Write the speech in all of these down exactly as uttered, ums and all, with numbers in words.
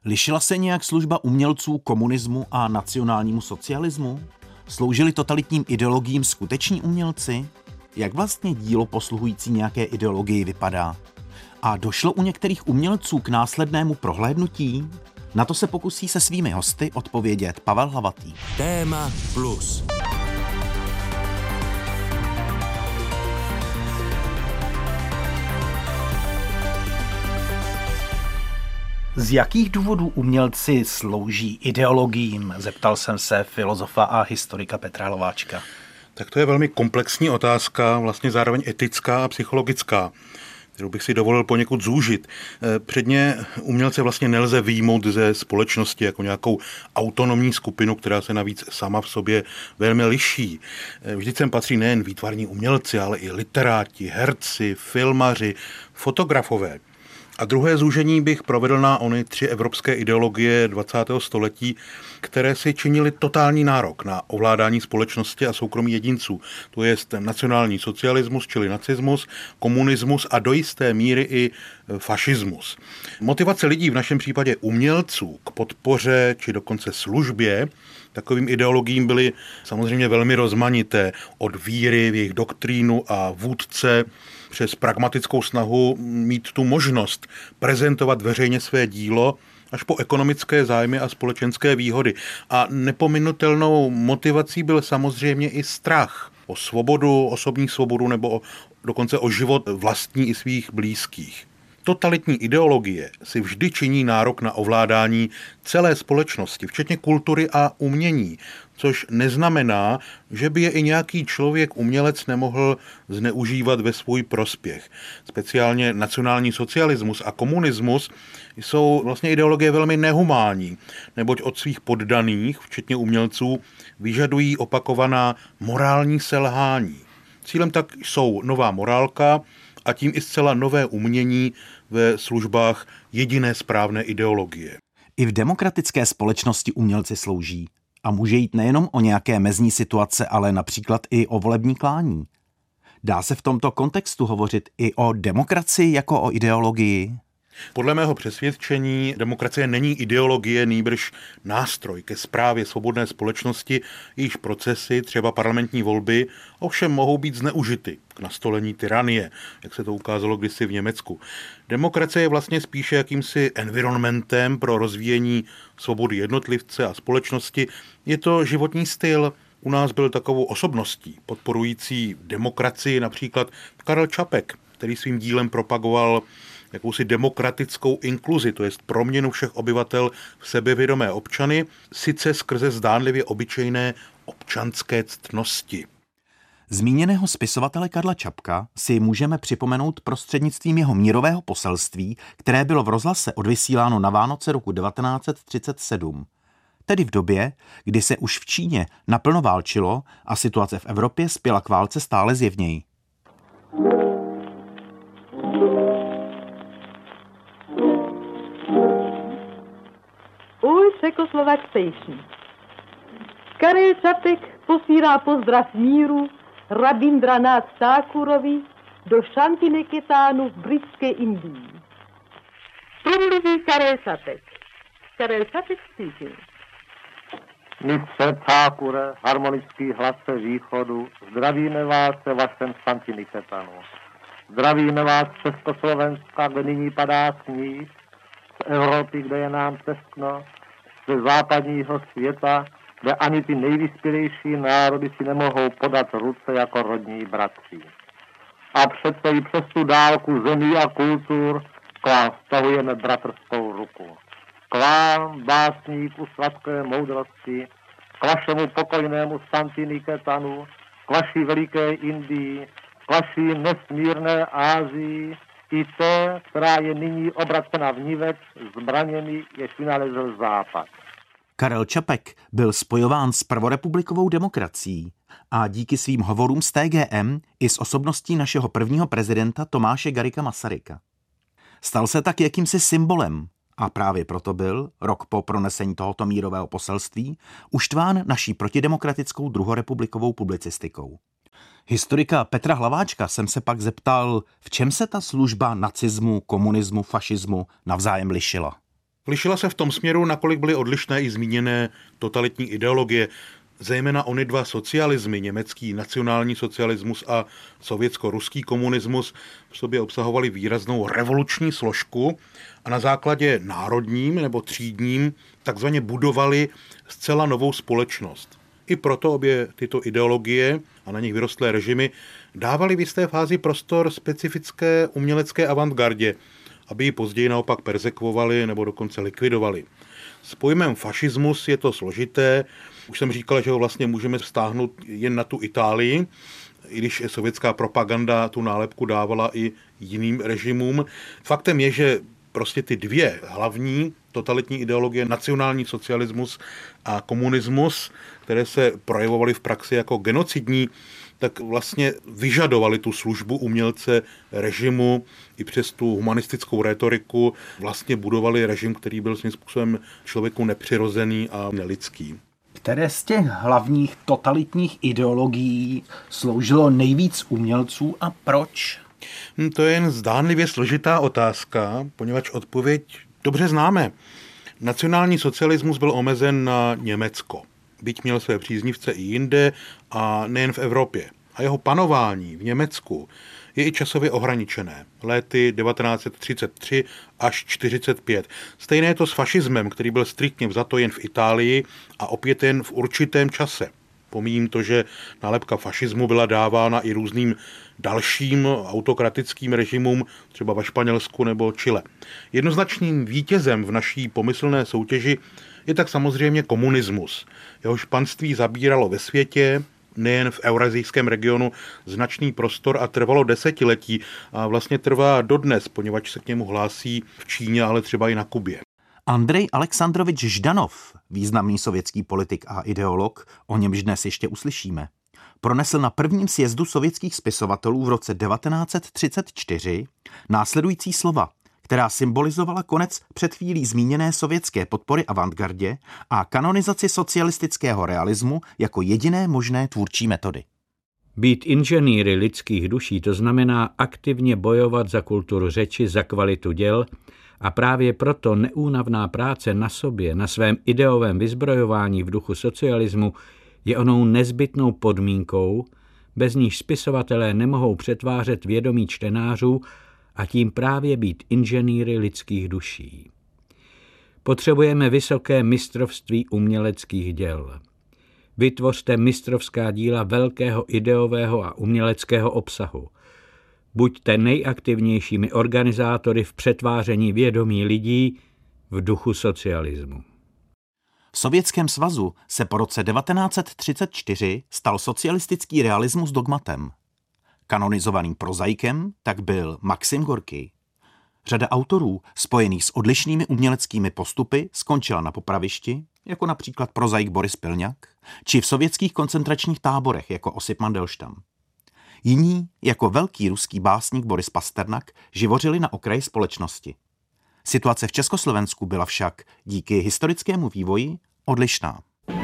Lišila se nějak služba umělců komunismu a nacionálnímu socialismu? Sloužili totalitním ideologiím skuteční umělci? Jak vlastně dílo posluhující nějaké ideologii vypadá? A došlo u některých umělců k následnému prohlédnutí? Na to se pokusí se svými hosty odpovědět Pavel Hlavatý. Téma plus. Z jakých důvodů umělci slouží ideologiím? Zeptal jsem se filozofa a historika Petra Hlaváčka. Tak to je velmi komplexní otázka, vlastně zároveň etická a psychologická, kterou bych si dovolil poněkud zúžit. Předně umělce vlastně nelze vyjmout ze společnosti jako nějakou autonomní skupinu, která se navíc sama v sobě velmi liší. Vždyť sem patří nejen výtvarní umělci, ale i literáti, herci, filmaři, fotografové. A druhé zúžení bych provedl na ony tři evropské ideologie dvacátého století, které si činily totální nárok na ovládání společnosti a soukromí jedinců. To je nacionální socialismus, čili nacismus, komunismus a do jisté míry i fašismus. Motivace lidí, v našem případě umělců, k podpoře či dokonce službě takovým ideologiím byly samozřejmě velmi rozmanité. Od víry v jejich doktrínu a vůdce přes pragmatickou snahu mít tu možnost prezentovat veřejně své dílo až po ekonomické zájmy a společenské výhody. A nepominutelnou motivací byl samozřejmě i strach o svobodu, osobní svobodu nebo o, dokonce o život vlastní i svých blízkých. Totalitní ideologie si vždy činí nárok na ovládání celé společnosti, včetně kultury a umění, což neznamená, že by je i nějaký člověk, umělec nemohl zneužívat ve svůj prospěch. Speciálně nacionální socialismus a komunismus jsou vlastně ideologie velmi nehumánní, neboť od svých poddaných, včetně umělců, vyžadují opakovaná morální selhání. Cílem tak jsou nová morálka a tím i zcela nové umění ve službách jediné správné ideologie. I v demokratické společnosti umělci slouží. A může jít nejenom o nějaké mezní situace, ale například i o volební klání. Dá se v tomto kontextu hovořit i o demokracii jako o ideologii? Podle mého přesvědčení demokracie není ideologie, nýbrž nástroj ke správě svobodné společnosti, jejíž procesy, třeba parlamentní volby, ovšem mohou být zneužity k nastolení tyranie, jak se to ukázalo kdysi v Německu. Demokracie je vlastně spíše jakýmsi environmentem pro rozvíjení svobody jednotlivce a společnosti. Je to životní styl. U nás byl takovou osobností podporující demokracii například Karel Čapek, který svým dílem propagoval jakousi demokratickou inkluzi, to jest proměnu všech obyvatel v sebevědomé občany, sice skrze zdánlivě obyčejné občanské ctnosti. Zmíněného spisovatele Karla Čapka si můžeme připomenout prostřednictvím jeho mírového poselství, které bylo v rozhlase odvysíláno na Vánoce roku devatenáct set třicet sedm. Tedy v době, kdy se už v Číně naplno válčilo a situace v Evropě spěla k válce stále zjevněji. All Czechoslovak Station. Karel Čapek posílá pozdrav míru Rabindranath Thakurovi do Šantiniketánu v britské Indii. Promluví Karel Čapek. Karel Čapek speaking. Mistře Thakure, harmonický hlase východu, zdravíme vás ve vašem Šantiniketanu. Zdravíme vás z Československa, kde nyní padá sníh, z Evropy, kde je nám teskno, ze západního světa, kde ani ty nejvyspělejší národy si nemohou podat ruce jako rodní bratři. A přece i přes tu dálku zemí a kultur k vám vztahujeme bratrskou ruku. K vám, básníku sladké moudrosti, k vašemu pokojnému Šantiniketanu, k vaší veliké Indii, k vaší nesmírné Asii, i té, která je nyní obracena vniveč zbraněmi, jež vynalezl Západ. Karel Čapek byl spojován s prvorepublikovou demokracií a díky svým hovorům s T G M i s osobností našeho prvního prezidenta Tomáše Garrigua Masaryka. Stal se tak jakýmsi symbolem a právě proto byl, rok po pronesení tohoto mírového poselství, uštván naší protidemokratickou druhorepublikovou publicistikou. Historika Petra Hlaváčka jsem se pak zeptal, v čem se ta služba nacismu, komunismu, fašismu navzájem lišila. Lišila se v tom směru, nakolik byly odlišné i zmíněné totalitní ideologie, zejména ony dva socialismy, německý nacionální socialismus a sovětsko-ruský komunismus, v sobě obsahovaly výraznou revoluční složku a na základě národním nebo třídním takzvaně budovali zcela novou společnost. I proto obě tyto ideologie a na nich vyrostlé režimy dávaly v jisté fázi prostor specifické umělecké avantgardě, aby ji později naopak perzekvovali nebo dokonce likvidovali. S pojmem fašismus je to složité. Už jsem říkal, že ho vlastně můžeme vztáhnout jen na tu Itálii, i když sovětská propaganda tu nálepku dávala i jiným režimům. Faktem je, že prostě ty dvě hlavní totalitní ideologie, nacionální socialismus a komunismus, které se projevovaly v praxi jako genocidní, tak vlastně vyžadovali tu službu umělce režimu i přes tu humanistickou rétoriku, vlastně budovali režim, který byl svým způsobem člověku nepřirozený a nelidský. Které z těch hlavních totalitních ideologií sloužilo nejvíc umělců a proč? To je jen zdánlivě složitá otázka, poněvadž odpověď dobře známe. Nacionální socialismus byl omezen na Německo. Byť měl své příznivce i jinde a nejen v Evropě. A jeho panování v Německu je i časově ohraničené. Léty devatenáct set třicet tři až čtyřicet pět. Stejné je to s fašismem, který byl striktně vzato jen v Itálii a opět jen v určitém čase. Pomíjím to, že nálepka fašismu byla dávána i různým dalším autokratickým režimům, třeba ve Španělsku nebo Chile. Jednoznačným vítězem v naší pomyslné soutěži je tak samozřejmě komunismus. Jehož panství zabíralo ve světě, nejen v eurazijském regionu, značný prostor a trvalo desetiletí a vlastně trvá dodnes, poněvadž se k němu hlásí v Číně, ale třeba i na Kubě. Andrej Alexandrovič Ždanov, významný sovětský politik a ideolog, o němž dnes ještě uslyšíme, pronesl na prvním sjezdu sovětských spisovatelů v roce devatenáct set třicet čtyři následující slova, která symbolizovala konec před chvílí zmíněné sovětské podpory avantgardě a kanonizaci socialistického realismu jako jediné možné tvůrčí metody. Být inženýry lidských duší, to znamená aktivně bojovat za kulturu řeči, za kvalitu děl, a právě proto neúnavná práce na sobě, na svém ideovém vyzbrojování v duchu socialismu je onou nezbytnou podmínkou, bez níž spisovatelé nemohou přetvářet vědomí čtenářů a tím právě být inženýry lidských duší. Potřebujeme vysoké mistrovství uměleckých děl. Vytvořte mistrovská díla velkého ideového a uměleckého obsahu. Buďte nejaktivnějšími organizátory v přetváření vědomí lidí v duchu socialismu. V Sovětském svazu se po roce devatenáct set třicet čtyři stal socialistický realismus dogmatem. Kanonizovaným prozaikem tak byl Maxim Gorkij. Řada autorů spojených s odlišnými uměleckými postupy skončila na popravišti, jako například prozaik Boris Pilňák, či v sovětských koncentračních táborech jako Osip Mandelstam. Jiní, jako velký ruský básník Boris Pasternak, živořili na okraji společnosti. Situace v Československu byla však díky historickému vývoji odlišná.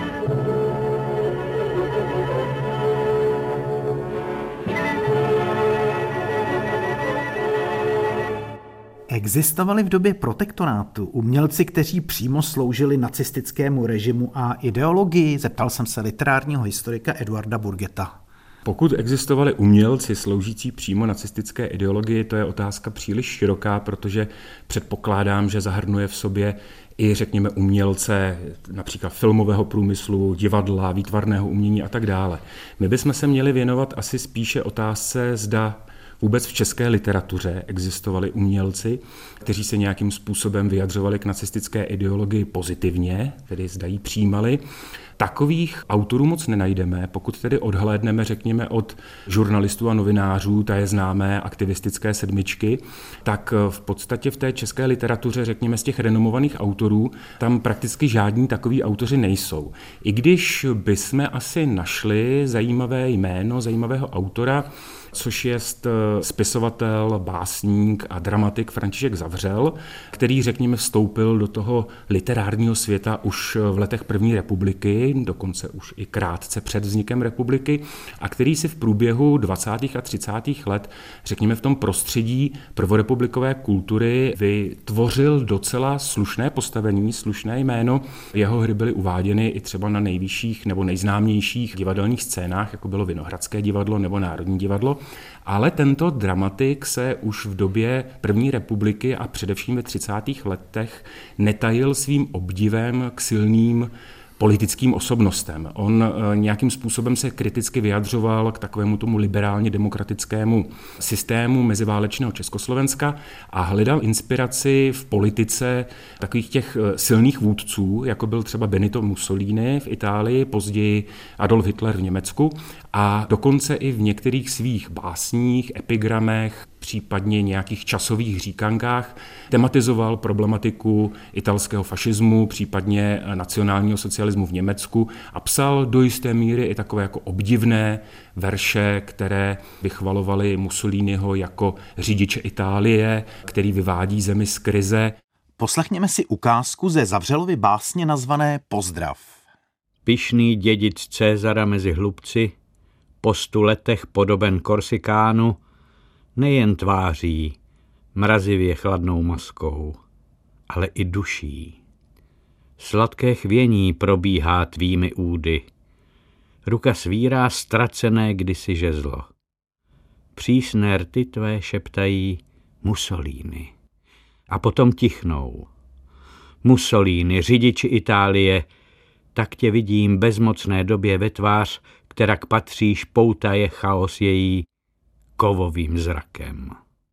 Existovali v době protektorátu umělci, kteří přímo sloužili nacistickému režimu a ideologii? Zeptal jsem se literárního historika Eduarda Burgeta. Pokud existovali umělci sloužící přímo nacistické ideologii, to je otázka příliš široká, protože předpokládám, že zahrnuje v sobě i, řekněme, umělce například filmového průmyslu, divadla, výtvarného umění a tak dále. My bychom se měli věnovat asi spíše otázce, zda vůbec v české literatuře existovali umělci, kteří se nějakým způsobem vyjadřovali k nacistické ideologii pozitivně, tedy zda ji přijímali. Takových autorů moc nenajdeme, pokud tedy odhlédneme, řekněme, od žurnalistů a novinářů, té známé aktivistické sedmičky, tak v podstatě v té české literatuře, řekněme, z těch renomovaných autorů, tam prakticky žádní takoví autoři nejsou. I když bychom asi našli zajímavé jméno, zajímavého autora, což je spisovatel, básník a dramatik František Zavřel, který, řekněme, vstoupil do toho literárního světa už v letech první republiky, republiky, dokonce už i krátce před vznikem republiky, a který si v průběhu dvacátých a třicátých let, řekněme v tom prostředí prvorepublikové kultury, vytvořil docela slušné postavení, slušné jméno. Jeho hry byly uváděny i třeba na nejvyšších nebo nejznámějších divadelních scénách, jako bylo Vinohradské divadlo nebo Národní divadlo, ale tento dramatik se už v době první republiky a především ve třicátých letech netajil svým obdivem k silným politickým osobnostem. On nějakým způsobem se kriticky vyjadřoval k takovému tomu liberálně demokratickému systému meziválečného Československa a hledal inspiraci v politice takových těch silných vůdců, jako byl třeba Benito Mussolini v Itálii, později Adolf Hitler v Německu, a dokonce i v některých svých básních, epigramech, případně nějakých časových říkankách tematizoval problematiku italského fašismu, případně nacionálního socialismu v Německu a psal do jisté míry i takové jako obdivné verše, které vychvalovaly Mussoliniho jako řidiče Itálie, který vyvádí zemi z krize. Poslechněme si ukázku ze Zavřelovy básně nazvané Pozdrav. Pyšný dědic Cézara mezi hlubci, po stu letech podoben Korsikánu, nejen tváří, mrazivě chladnou maskou, ale i duší. Sladké chvění probíhá tvými údy. Ruka svírá ztracené kdysi žezlo. Přísné rty tvé šeptají Mussolini. A potom tichnou. Mussolini, řidiči Itálie, tak tě vidím bezmocné době ve tvář, kterak patříš, poutaje chaos její kovovým zrakem.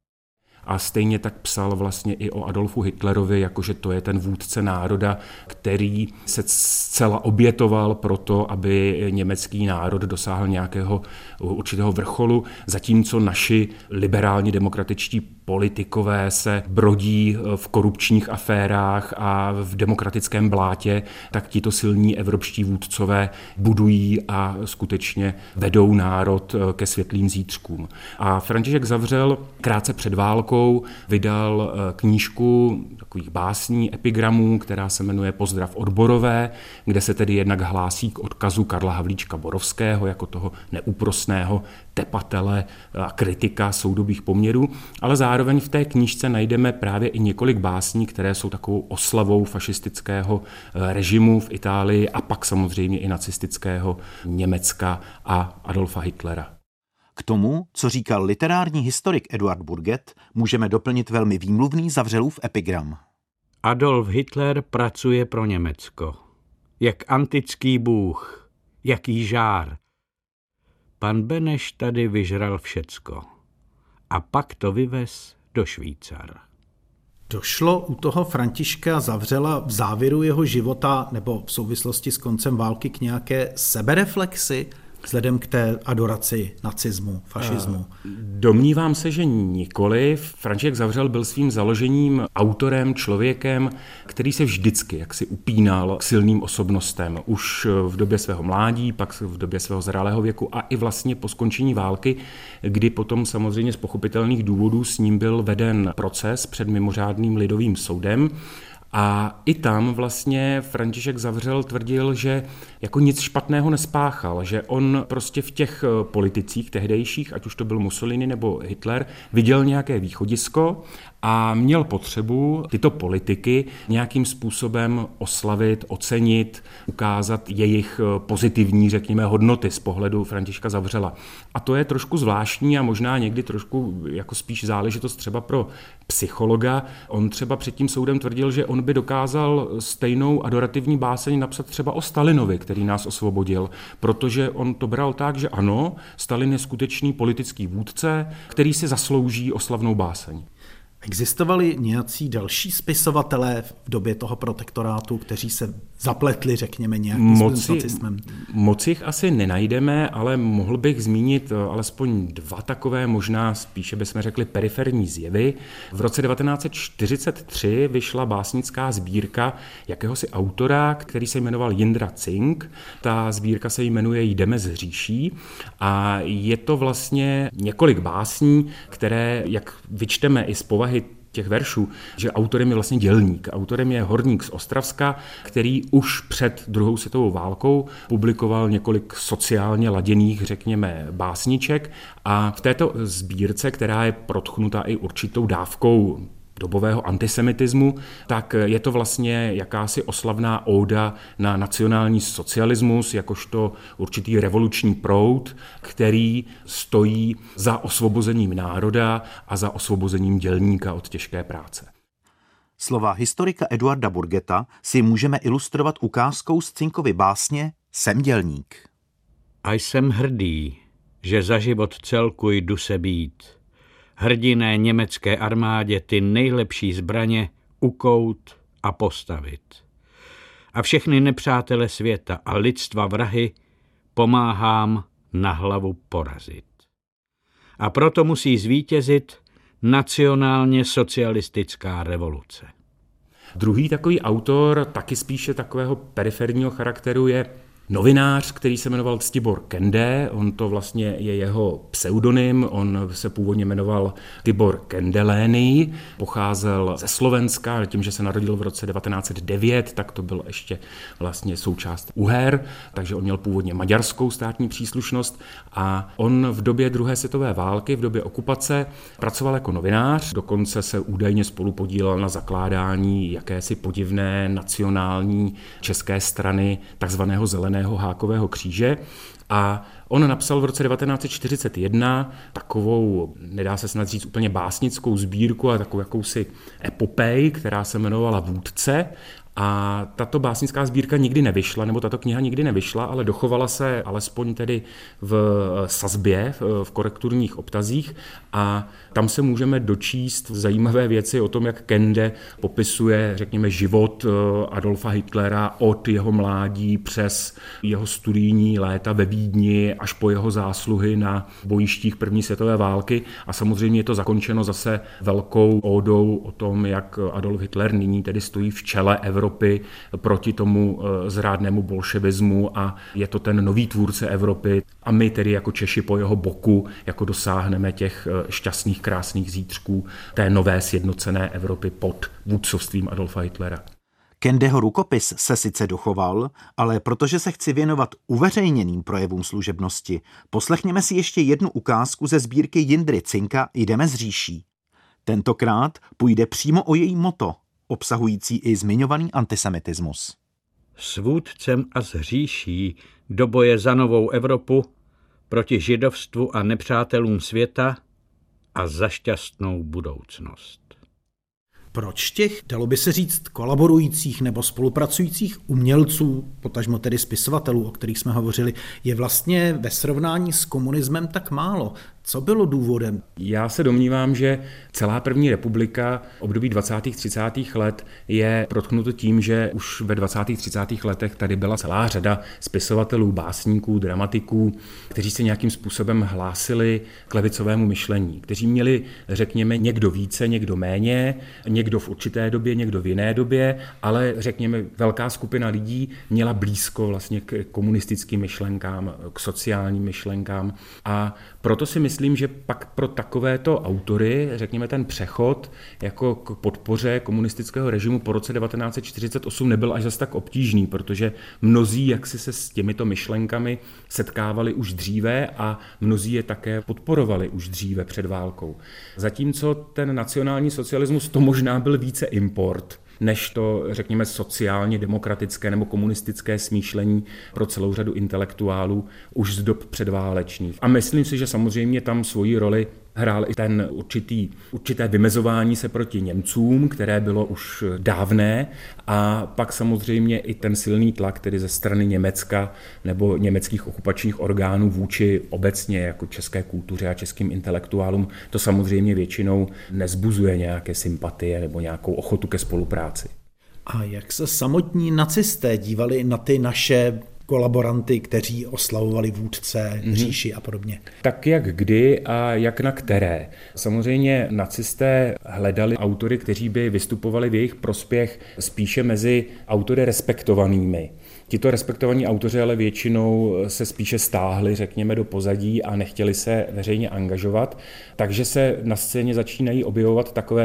A stejně tak psal vlastně i o Adolfu Hitlerovi, jakože to je ten vůdce národa, který se zcela obětoval pro to, aby německý národ dosáhl nějakého určitého vrcholu, zatímco naši liberálně demokratičtí politikové se brodí v korupčních aférách a v demokratickém blátě, tak tito silní evropští vůdcové budují a skutečně vedou národ ke světlým zítřkům. A František Zavřel krátce před válkou vydal knížku takových básní, epigramů, která se jmenuje Pozdrav odborové, kde se tedy jednak hlásí k odkazu Karla Havlíčka Borovského jako toho neúprosného tepatele a kritika soudobých poměrů, ale zároveň v té knížce najdeme právě i několik básní, které jsou takovou oslavou fašistického režimu v Itálii a pak samozřejmě i nacistického Německa a Adolfa Hitlera. K tomu, co říkal literární historik Eduard Burget, můžeme doplnit velmi výmluvný Zavřelův epigram. Adolf Hitler pracuje pro Německo. Jak antický bůh, jaký žár. Pan Beneš tady vyžral všecko. A pak to vyvez do Švýcar. Došlo u toho Františka Zavřela v závěru jeho života nebo v souvislosti s koncem války k nějaké sebereflexi vzhledem k té adoraci nacismu, fašismu? Domnívám se, že nikoliv. František Zavřel byl svým založením autorem, člověkem, který se vždycky jaksi upínal k silným osobnostem. Už v době svého mládí, pak v době svého zralého věku a i vlastně po skončení války, kdy potom samozřejmě z pochopitelných důvodů s ním byl veden proces před mimořádným lidovým soudem. A i tam vlastně František Zavřel tvrdil, že jako nic špatného nespáchal, že on prostě v těch politicích tehdejších, ať už to byl Mussolini nebo Hitler, viděl nějaké východisko a měl potřebu tyto politiky nějakým způsobem oslavit, ocenit, ukázat jejich pozitivní, řekněme, hodnoty z pohledu Františka Zavřela. A to je trošku zvláštní a možná někdy trošku jako spíš záležitost třeba pro psychologa. On třeba před tím soudem tvrdil, že on by dokázal stejnou adorativní báseň napsat třeba o Stalinovi, který nás osvobodil, protože on to bral tak, že ano, Stalin je skutečný politický vůdce, který si zaslouží oslavnou báseň. Existovali nějací další spisovatelé v době toho protektorátu, kteří se zapletli, řekněme, nějakým s nacismem? Moc jich asi nenajdeme, ale mohl bych zmínit alespoň dva takové, možná spíše bychom řekli periferní zjevy. V roce devatenáct set čtyřicet tři vyšla básnická sbírka jakéhosi autora, který se jmenoval Jindra Cink. Ta sbírka se jmenuje Jdeme z hříší a je to vlastně několik básní, které, jak vyčteme i z povahy těch veršů, že autorem je vlastně dělník. Autorem je horník z Ostravska, který už před druhou světovou válkou publikoval několik sociálně laděných, řekněme, básniček a v této sbírce, která je protchnuta i určitou dávkou dobového antisemitismu, tak je to vlastně jakási oslavná óda na nacionální socialismus, jakožto určitý revoluční proud, který stojí za osvobozením národa a za osvobozením dělníka od těžké práce. Slova historika Eduarda Burgeta si můžeme ilustrovat ukázkou z Cinkovy básně Jsem dělník. A jsem hrdý, že za život celku jdu se být. Hrdiné německé armádě ty nejlepší zbraně ukout a postavit. A všechny nepřátele světa a lidstva vrahy pomáhám na hlavu porazit. A proto musí zvítězit nacionálně socialistická revoluce. Druhý takový autor, taky spíše takového periferního charakteru, je novinář, který se jmenoval Tibor Kende, on to vlastně je jeho pseudonym, on se původně jmenoval Tibor Kendelény, pocházel ze Slovenska, tím, že se narodil v roce devatenáct set devět, tak to byl ještě vlastně součást Uher, takže on měl původně maďarskou státní příslušnost a on v době druhé světové války, v době okupace pracoval jako novinář, dokonce se údajně spolupodílel na zakládání jakési podivné nacionální české strany, takzvaného zeleného hákového kříže a on napsal v roce devatenáct set čtyřicet jedna takovou, nedá se snad říct úplně básnickou sbírku, ale takovou jakousi epopej, která se jmenovala Vůdce. A tato básnická sbírka nikdy nevyšla, nebo tato kniha nikdy nevyšla, ale dochovala se alespoň tedy v sazbě, v korekturních obtazích a tam se můžeme dočíst zajímavé věci o tom, jak Kende popisuje, řekněme, život Adolfa Hitlera od jeho mládí přes jeho studijní léta ve Vídni až po jeho zásluhy na bojištích první světové války a samozřejmě je to zakončeno zase velkou ódou o tom, jak Adolf Hitler nyní tedy stojí v čele Evropy proti tomu zrádnému bolševismu a je to ten nový tvůrce Evropy a my tedy jako Češi po jeho boku jako dosáhneme těch šťastných, krásných zítřků té nové sjednocené Evropy pod vůdcovstvím Adolfa Hitlera. Kendeho rukopis se sice dochoval, ale protože se chci věnovat uveřejněným projevům služebnosti, poslechněme si ještě jednu ukázku ze sbírky Jindry Cinka Jdeme z říší. Tentokrát půjde přímo o její motto, obsahující i zmiňovaný antisemitismus. S vůdcem a s říší do boje za novou Evropu proti židovstvu a nepřátelům světa a za šťastnou budoucnost. Proč těch, dalo by se říct, kolaborujících nebo spolupracujících umělců, potažmo tedy spisovatelů, o kterých jsme hovořili, je vlastně ve srovnání s komunismem tak málo? Co bylo důvodem? Já se domnívám, že celá první republika období dvacátých třicátých let je protchnuto tím, že už ve dvacátých třicátých letech tady byla celá řada spisovatelů, básníků, dramatiků, kteří se nějakým způsobem hlásili k levicovému myšlení, kteří měli, řekněme, někdo více, někdo méně, někdo v určité době, někdo v jiné době, ale řekněme, velká skupina lidí měla blízko vlastně k komunistickým myšlenkám, k sociálním myšlenkám a proto si myslím, že pak pro takovéto autory, řekněme, ten přechod jako k podpoře komunistického režimu po roce devatenáct set čtyřicet osm nebyl až zase tak obtížný, protože mnozí jaksi se s těmito myšlenkami setkávali už dříve a mnozí je také podporovali už dříve před válkou. Zatímco ten nacionální socialismus to možná byl více import, než to, řekněme, sociálně demokratické nebo komunistické smýšlení pro celou řadu intelektuálů už z dob předválečných. A myslím si, že samozřejmě tam svoji roli hrál i ten určitý, určité vymezování se proti Němcům, které bylo už dávné, a pak samozřejmě i ten silný tlak, tedy ze strany Německa nebo německých okupačních orgánů vůči obecně jako české kultuře a českým intelektuálům, to samozřejmě většinou nezbuzuje nějaké sympatie nebo nějakou ochotu ke spolupráci. A jak se samotní nacisté dívali na ty naše kolaboranty, kteří oslavovali vůdce, říši a podobně? Tak jak kdy a jak na které. Samozřejmě nacisté hledali autory, kteří by vystupovali v jejich prospěch spíše mezi autory respektovanými. Tito respektovaní autoři ale většinou se spíše stáhli, řekněme, do pozadí a nechtěli se veřejně angažovat, takže se na scéně začínají objevovat takové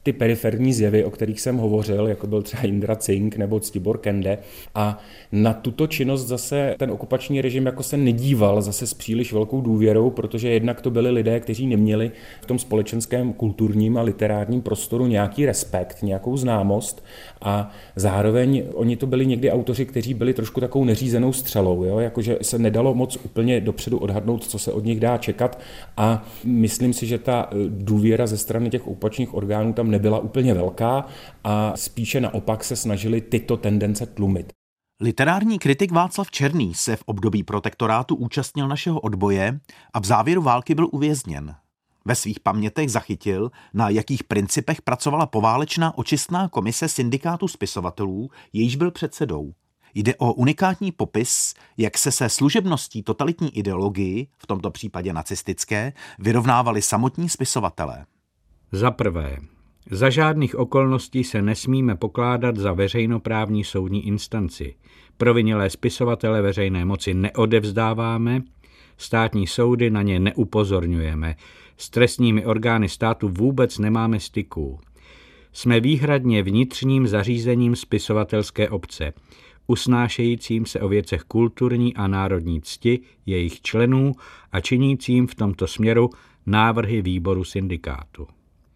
ty periferní zjevy, o kterých jsem hovořil, jako byl třeba Indra Cink nebo Ctibor Kende. A na tuto činnost zase ten okupační režim jako se nedíval zase s příliš velkou důvěrou, protože jednak to byli lidé, kteří neměli v tom společenském, kulturním a literárním prostoru nějaký respekt, nějakou známost a zároveň oni to byli někdy autoři, kteří byli trošku takovou neřízenou střelou, jo? Jakože se nedalo moc úplně dopředu odhadnout, co se od nich dá čekat a myslím si, že ta důvěra ze strany těch okupačních orgánů tam nebyla úplně velká a spíše naopak se snažili tyto tendence tlumit. Literární kritik Václav Černý se v období protektorátu účastnil našeho odboje a v závěru války byl uvězněn. Ve svých pamětech zachytil, na jakých principech pracovala poválečná očistná komise syndikátu spisovatelů, jejíž byl předsedou. Jde o unikátní popis, jak se se služebností totalitní ideologii, v tomto případě nacistické, vyrovnávali samotní spisovatelé. Za prvé, za žádných okolností se nesmíme pokládat za veřejnoprávní soudní instanci. Provinilé spisovatele veřejné moci neodevzdáváme, státní soudy na ně neupozorňujeme, s trestními orgány státu vůbec nemáme styků. Jsme výhradně vnitřním zařízením spisovatelské obce, usnášejícím se o věcech kulturní a národní cti jejich členů a činícím v tomto směru návrhy výboru syndikátu.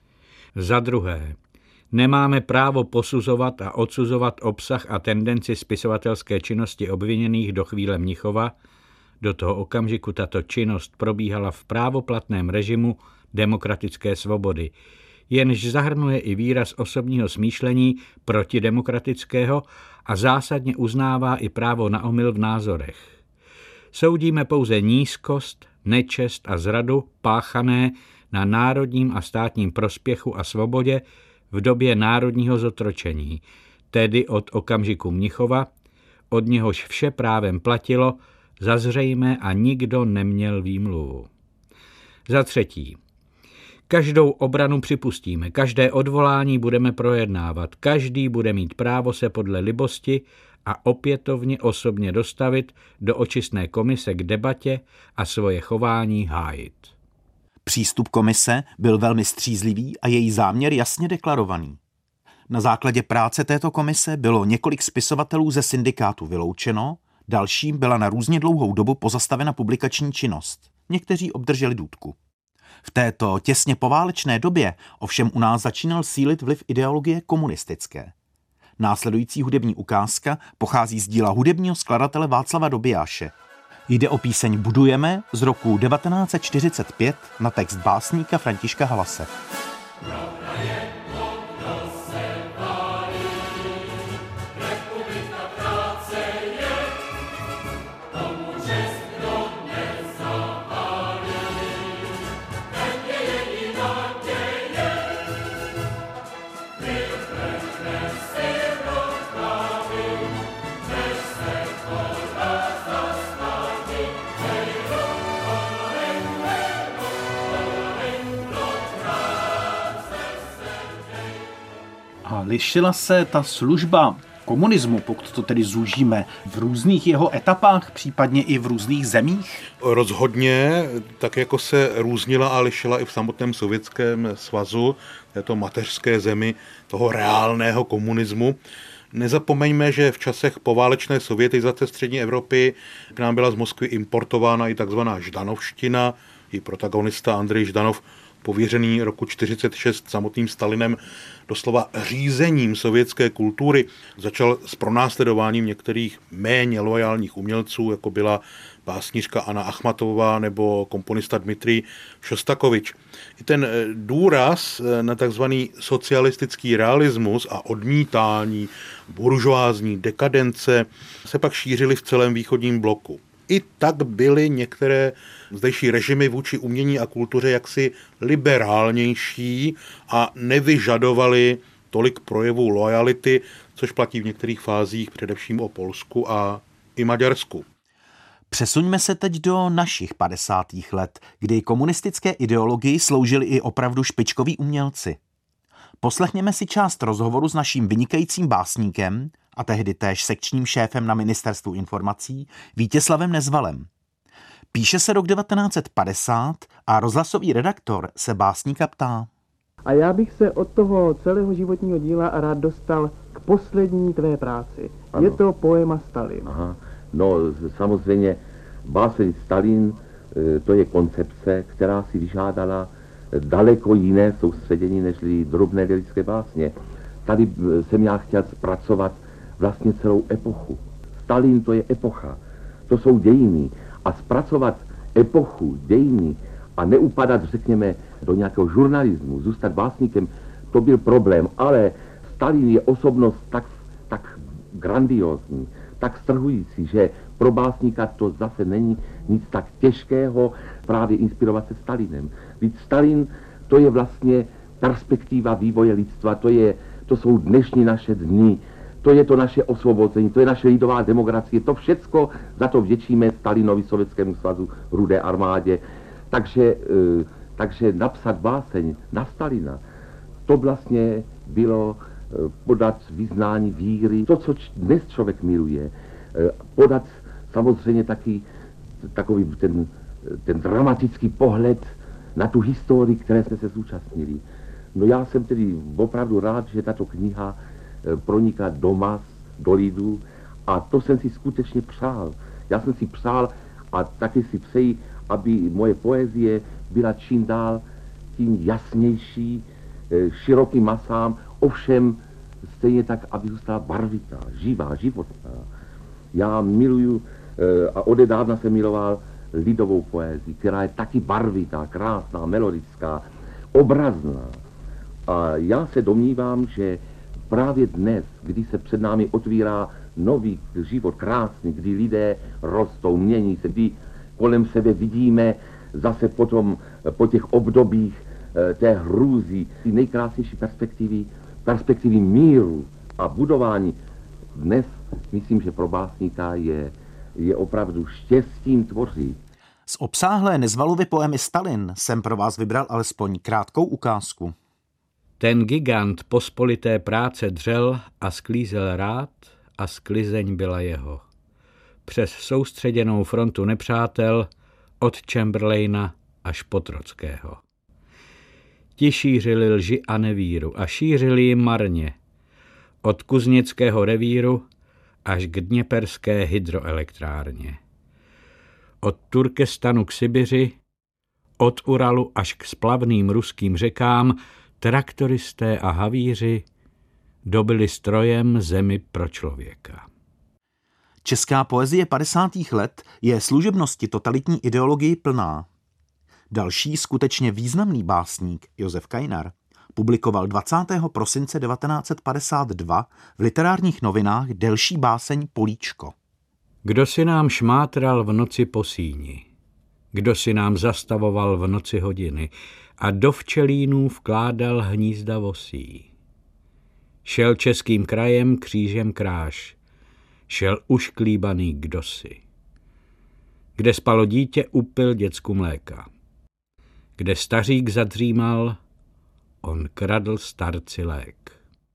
Za druhé, nemáme právo posuzovat a odsuzovat obsah a tendenci spisovatelské činnosti obviněných do chvíle Mnichova. Do toho okamžiku tato činnost probíhala v právoplatném režimu demokratické svobody, jenž zahrnuje i výraz osobního smýšlení protidemokratického a zásadně uznává i právo na omyl v názorech. Soudíme pouze nízkost, nečest a zradu páchané na národním a státním prospěchu a svobodě v době národního zotročení, tedy od okamžiku Mnichova, od něhož vše právem platilo, za zřejmé a nikdo neměl výmluvu. Za třetí, každou obranu připustíme, každé odvolání budeme projednávat, každý bude mít právo se podle libosti a opětovně osobně dostavit do očistné komise k debatě a svoje chování hájit. Přístup komise byl velmi střízlivý a její záměr jasně deklarovaný. Na základě práce této komise bylo několik spisovatelů ze syndikátu vyloučeno, dalším byla na různě dlouhou dobu pozastavena publikační činnost. Někteří obdrželi důtku. V této těsně poválečné době ovšem u nás začínal sílit vliv ideologie komunistické. Následující hudební ukázka pochází z díla hudebního skladatele Václava Dobijáše. Jde o píseň Budujeme z roku devatenáct set čtyřicet pět na text básníka Františka Halase. Lišila se ta služba komunismu, pokud to tedy zúžíme, v různých jeho etapách, případně i v různých zemích? Rozhodně, tak jako se různila a lišila i v samotném Sovětském svazu, této mateřské zemi toho reálného komunismu. Nezapomeňme, že v časech poválečné sovětizace střední Evropy k nám byla z Moskvy importována i takzvaná ždanovština, i protagonista Andrej Ždanov, pověřený roku čtyřicet šest samotným Stalinem doslova řízením sovětské kultury, začal s pronásledováním některých méně loajálních umělců, jako byla básnířka Anna Achmatová nebo komponista Dmitrij Šostakovič. I ten důraz na takzvaný socialistický realismus a odmítání buržoázní dekadence se pak šířily v celém východním bloku. I tak byly některé zdejší režimy vůči umění a kultuře jaksi liberálnější a nevyžadovaly tolik projevů loajality, což platí v některých fázích především o Polsku a i Maďarsku. Přesuňme se teď do našich padesátých let, kdy komunistické ideologii sloužili i opravdu špičkoví umělci. Poslechněme si část rozhovoru s naším vynikajícím básníkem a tehdy též sekčním šéfem na Ministerstvu informací Vítězslavem Nezvalem. Píše se rok devatenáct set padesát a rozhlasový redaktor se básníka ptá. A já bych se od toho celého životního díla rád dostal k poslední tvé práci. Ano. Je to poema Stalin. Aha. No samozřejmě báseň Stalin, to je koncepce, která si vyžádala daleko jiné soustředění nežli drobné lidské básně. Tady jsem já chtěl zpracovat vlastně celou epochu. Stalin to je epocha, to jsou dějiny. A zpracovat epochu, dějiny a neupadat, řekněme, do nějakého žurnalismu, zůstat básníkem, to byl problém. Ale Stalin je osobnost tak, tak grandiózní, tak strhující, že pro básníka to zase není nic tak těžkého právě inspirovat se Stalinem. Víc Stalin, to je vlastně perspektiva vývoje lidstva, to, je, to jsou dnešní naše dny, to je to naše osvobození, to je naše lidová demokracie, to všecko za to vděčíme Stalinovi, Sovětskému svazu, Rudé armádě. Takže, takže napsat báseň na Stalina, to vlastně bylo podat vyznání víry, to, co dnes člověk miluje, podat samozřejmě taky takový ten, ten dramatický pohled na tu historii, které jsme se zúčastnili. No já jsem tedy opravdu rád, že tato kniha proniká do mas, do lidu a to jsem si skutečně přál. Já jsem si přál a taky si přeji, aby moje poezie byla čím dál tím jasnější, širokým masám, ovšem stejně tak, aby zůstala barvitá, živá, životná. Já miluju a odedávna jsem miloval lidovou poezii, která je taky barvitá, krásná, melodická, obrazná. A já se domnívám, že právě dnes, kdy se před námi otvírá nový život krásný, kdy lidé rostou, mění se, kdy kolem sebe vidíme zase potom po těch obdobích té hrůzy, ty nejkrásnější perspektivy, perspektivy míru a budování. Dnes myslím, že pro básníka je, je opravdu štěstím tvořit. Z obsáhlé Nezvalovy poemy Stalin jsem pro vás vybral alespoň krátkou ukázku. Ten gigant pospolité práce dřel a sklízel rád a sklizeň byla jeho. Přes soustředěnou frontu nepřátel od Chamberlaina až po Trockého. Ti šířili lži a nevíru a šířili ji marně. Od Kuzněckého revíru až k Dněperské hydroelektrárně. Od Turkestanu k Sibiři, od Uralu až k splavným ruským řekám, traktoristé a havíři dobili strojem zemi pro člověka. Česká poezie padesátých let je služebnosti totalitní ideologii plná. Další skutečně významný básník, Josef Kajnar, publikoval dvacátého prosince devatenáct set padesát dva v Literárních novinách delší báseň Políčko. Kdo si nám šmátral v noci po síni, kdo si nám zastavoval v noci hodiny a do včelínů vkládal hnízda vosí. Šel českým krajem křížem kráž, šel ušklíbaný kdosi. Kde spalo dítě, upil děcku mléka. Kde stařík zadřímal, on kradl starci lék.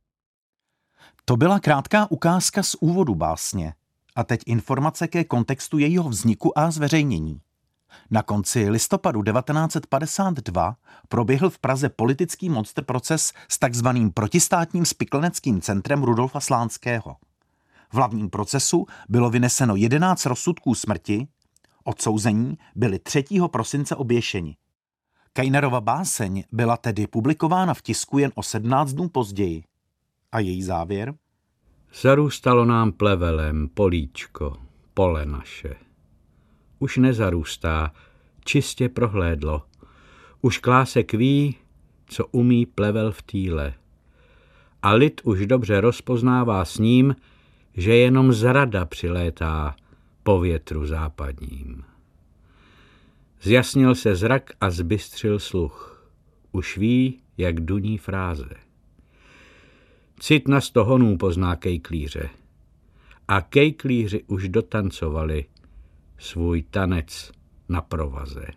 To byla krátká ukázka z úvodu básně a teď informace ke kontextu jejího vzniku a zveřejnění. Na konci listopadu devatenáct set padesát dva proběhl v Praze politický monster proces s takzvaným protistátním spikleneckým centrem Rudolfa Slánského. V hlavním procesu bylo vyneseno jedenáct rozsudků smrti, odsouzení byli třetího prosince oběšeni. Kajnarova báseň byla tedy publikována v tisku jen o sedmnáct dnů později. A její závěr? Zarůstalo nám plevelem políčko, pole naše. Už nezarůstá, čistě prohlédlo. Už klásek ví, co umí plevel v týle. A lid už dobře rozpoznává s ním, že jenom zrada přilétá po větru západním. Zjasnil se zrak a zbystřil sluch. Už ví, jak duní fráze. Cit na sto honů pozná kejklíře. A kejklíři už dotancovali svůj tanec na provaze.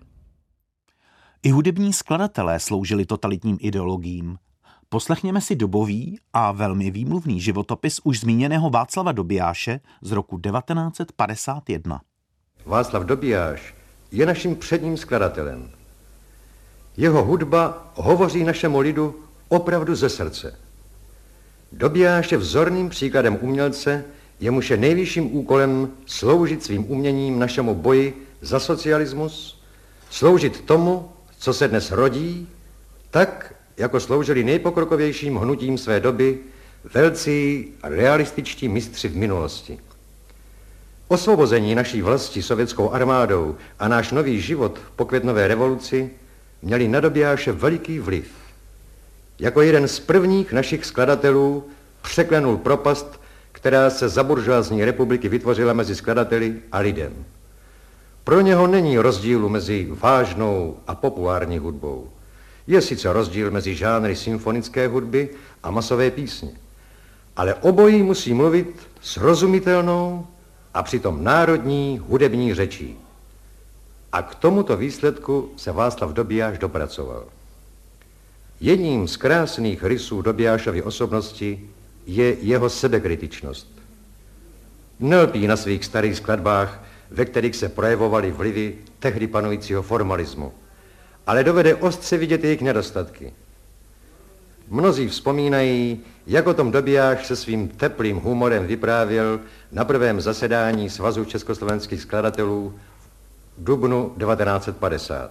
I hudební skladatelé sloužili totalitním ideologiím. Poslechněme si dobový a velmi výmluvný životopis už zmíněného Václava Dobijáše z roku devatenáct set padesát jedna. Václav Dobijáš je naším předním skladatelem. Jeho hudba hovoří našemu lidu opravdu ze srdce. Dobijáš je vzorným příkladem umělce, jemuž je nejvyšším úkolem sloužit svým uměním našemu boji za socialismus, sloužit tomu, co se dnes rodí, tak, jako sloužili nejpokrokovějším hnutím své doby velcí realističtí mistři v minulosti. Osvobození naší vlasti sovětskou armádou a náš nový život po květnové revoluci měli na Dobijáše veliký vliv. Jako jeden z prvních našich skladatelů překlenul propast, která se za buržoazní republiky vytvořila mezi skladateli a lidem. Pro něho není rozdílu mezi vážnou a populární hudbou. Je sice rozdíl mezi žánry symfonické hudby a masové písně, ale obojí musí mluvit srozumitelnou a přitom národní hudební řečí. A k tomuto výsledku se Václav Dobijáš dopracoval. Jedním z krásných rysů Dobijášovy osobnosti je jeho sebekritičnost. Nelpí na svých starých skladbách, ve kterých se projevovaly vlivy tehdy panujícího formalismu, ale dovede ostře vidět jejich nedostatky. Mnozí vzpomínají, jak o tom Dobijáš se svým teplým humorem vyprávěl na prvém zasedání Svazu československých skladatelů v dubnu devatenáct set padesát.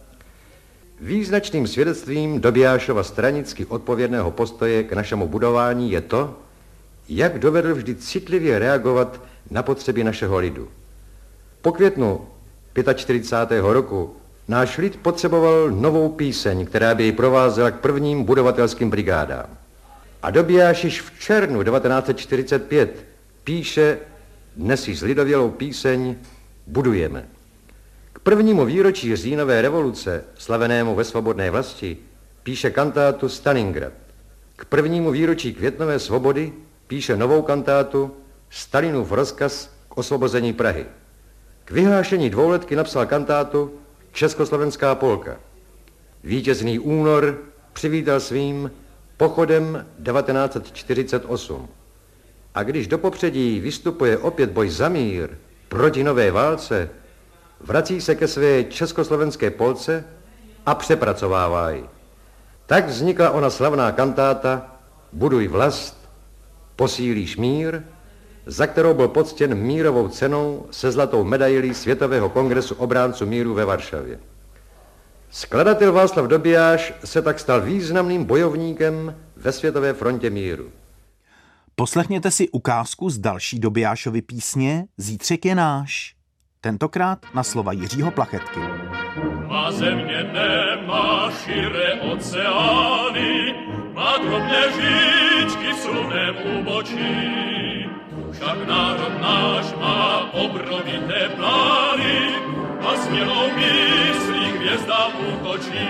Význačným svědectvím Dobijášova stranicky odpovědného postoje k našemu budování je to, jak dovedl vždy citlivě reagovat na potřeby našeho lidu. Po květnu čtyřicátého pátého roku náš lid potřeboval novou píseň, která by jej provázela k prvním budovatelským brigádám. A Dobijáš již v červnu devatenáct set čtyřicet pět píše dnes již zlidovělou píseň Budujeme. K prvnímu výročí říjnové revoluce, slavenému ve svobodné vlasti, píše kantátu Stalingrad. K prvnímu výročí květnové svobody píše novou kantátu Stalinův rozkaz k osvobození Prahy. K vyhlášení dvouletky napsal kantátu Československá polka. Vítězný únor přivítal svým pochodem devatenáct set čtyřicet osm. A když do popředí vystupuje opět boj za mír proti nové válce, vrací se ke své československé polce a přepracovává ji. Tak vznikla ona slavná kantáta Buduj vlast, posílíš mír, za kterou byl poctěn mírovou cenou se zlatou medailí Světového kongresu obránců míru ve Varšavě. Skladatel Václav Dobijáš se tak stal významným bojovníkem ve Světové frontě míru. Poslechněte si ukázku z další Dobijášovy písně Zítřek je náš. Tentokrát na slova Jiřího Plachetky. Má země nemá širé oceány, má drobné říčky v sluném úbočí. Však národ náš má obrovité plány a smělou myslí hvězda útočí.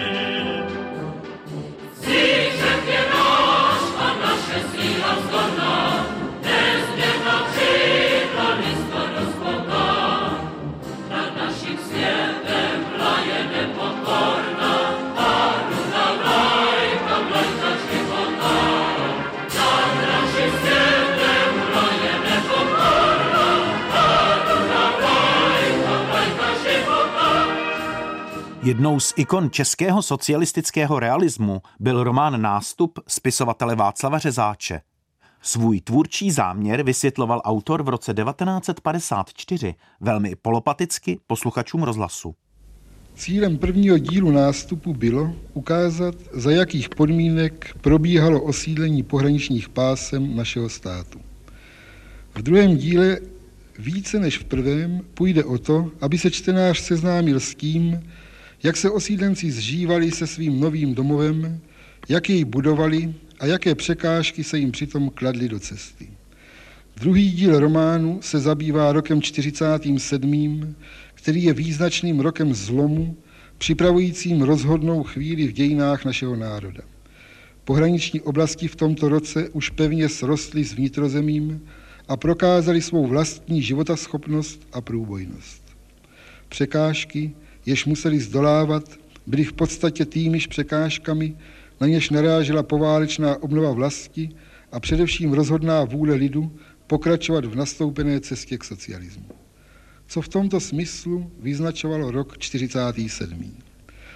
Zítřek je náš a naše síla vzorná, nezměrná přijde listo do spolka. Nad naším světem vlaje nepokorná a runa vlajka, vlajka života. Nad naším světem vlaje nepokorná a runa vlajka, vlajka života. Jednou z ikon českého socialistického realismu byl román Nástup spisovatele Václava Řezáče. Svůj tvůrčí záměr vysvětloval autor v roce devatenáct set padesát čtyři velmi polopaticky posluchačům rozhlasu. Cílem prvního dílu Nástupu bylo ukázat, za jakých podmínek probíhalo osídlení pohraničních pásem našeho státu. V druhém díle více než v prvém půjde o to, aby se čtenář seznámil s tím, jak se osídlenci zžívali se svým novým domovem, jak jej budovali a jaké překážky se jim přitom kladly do cesty. Druhý díl románu se zabývá rokem čtyřicátým sedmým, který je význačným rokem zlomu, připravujícím rozhodnou chvíli v dějinách našeho národa. Pohraniční oblasti v tomto roce už pevně srostly s vnitrozemím a prokázali svou vlastní životaschopnost a průbojnost. Překážky, jež museli zdolávat, byly v podstatě týmiž překážkami, na něž narážela poválečná obnova vlasti a především rozhodná vůle lidu pokračovat v nastoupené cestě k socialismu. Co v tomto smyslu vyznačovalo rok čtyřicátý sedmý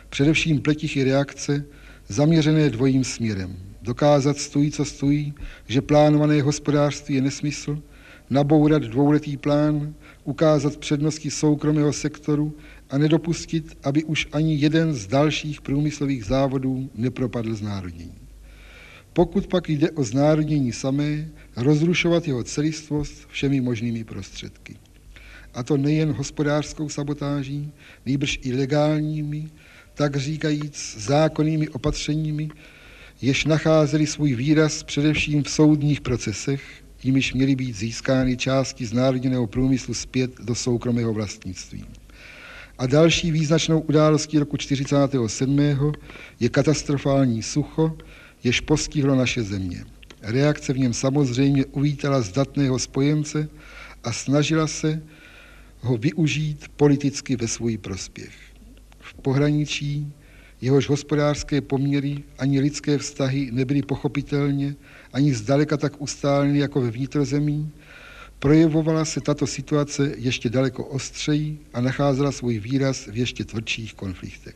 především pletichy reakce, zaměřené dvojím směrem. Dokázat stojí, co stojí, že plánované hospodářství je nesmysl, nabourat dvouletý plán, ukázat přednosti soukromého sektoru a nedopustit, aby už ani jeden z dalších průmyslových závodů nepropadl znárodnění. Pokud pak jde o znárodnění samé, rozrušovat jeho celistvost všemi možnými prostředky. A to nejen hospodářskou sabotáží, nýbrž i legálními, tak říkajíc zákonnými opatřeními, jež nacházeli svůj výraz především v soudních procesech, jimiž měly být získány části znárodněného průmyslu zpět do soukromého vlastnictví. A další význačnou událostí roku čtyřicátého sedmého je katastrofální sucho, jež postihlo naše země. Reakce v něm samozřejmě uvítala zdatného spojence a snažila se ho využít politicky ve svůj prospěch. V pohraničí, jehož hospodářské poměry ani lidské vztahy nebyly pochopitelně ani zdaleka tak ustáleny jako ve vnitrozemí, projevovala se tato situace ještě daleko ostřeji a nacházela svůj výraz v ještě tvrdších konfliktech.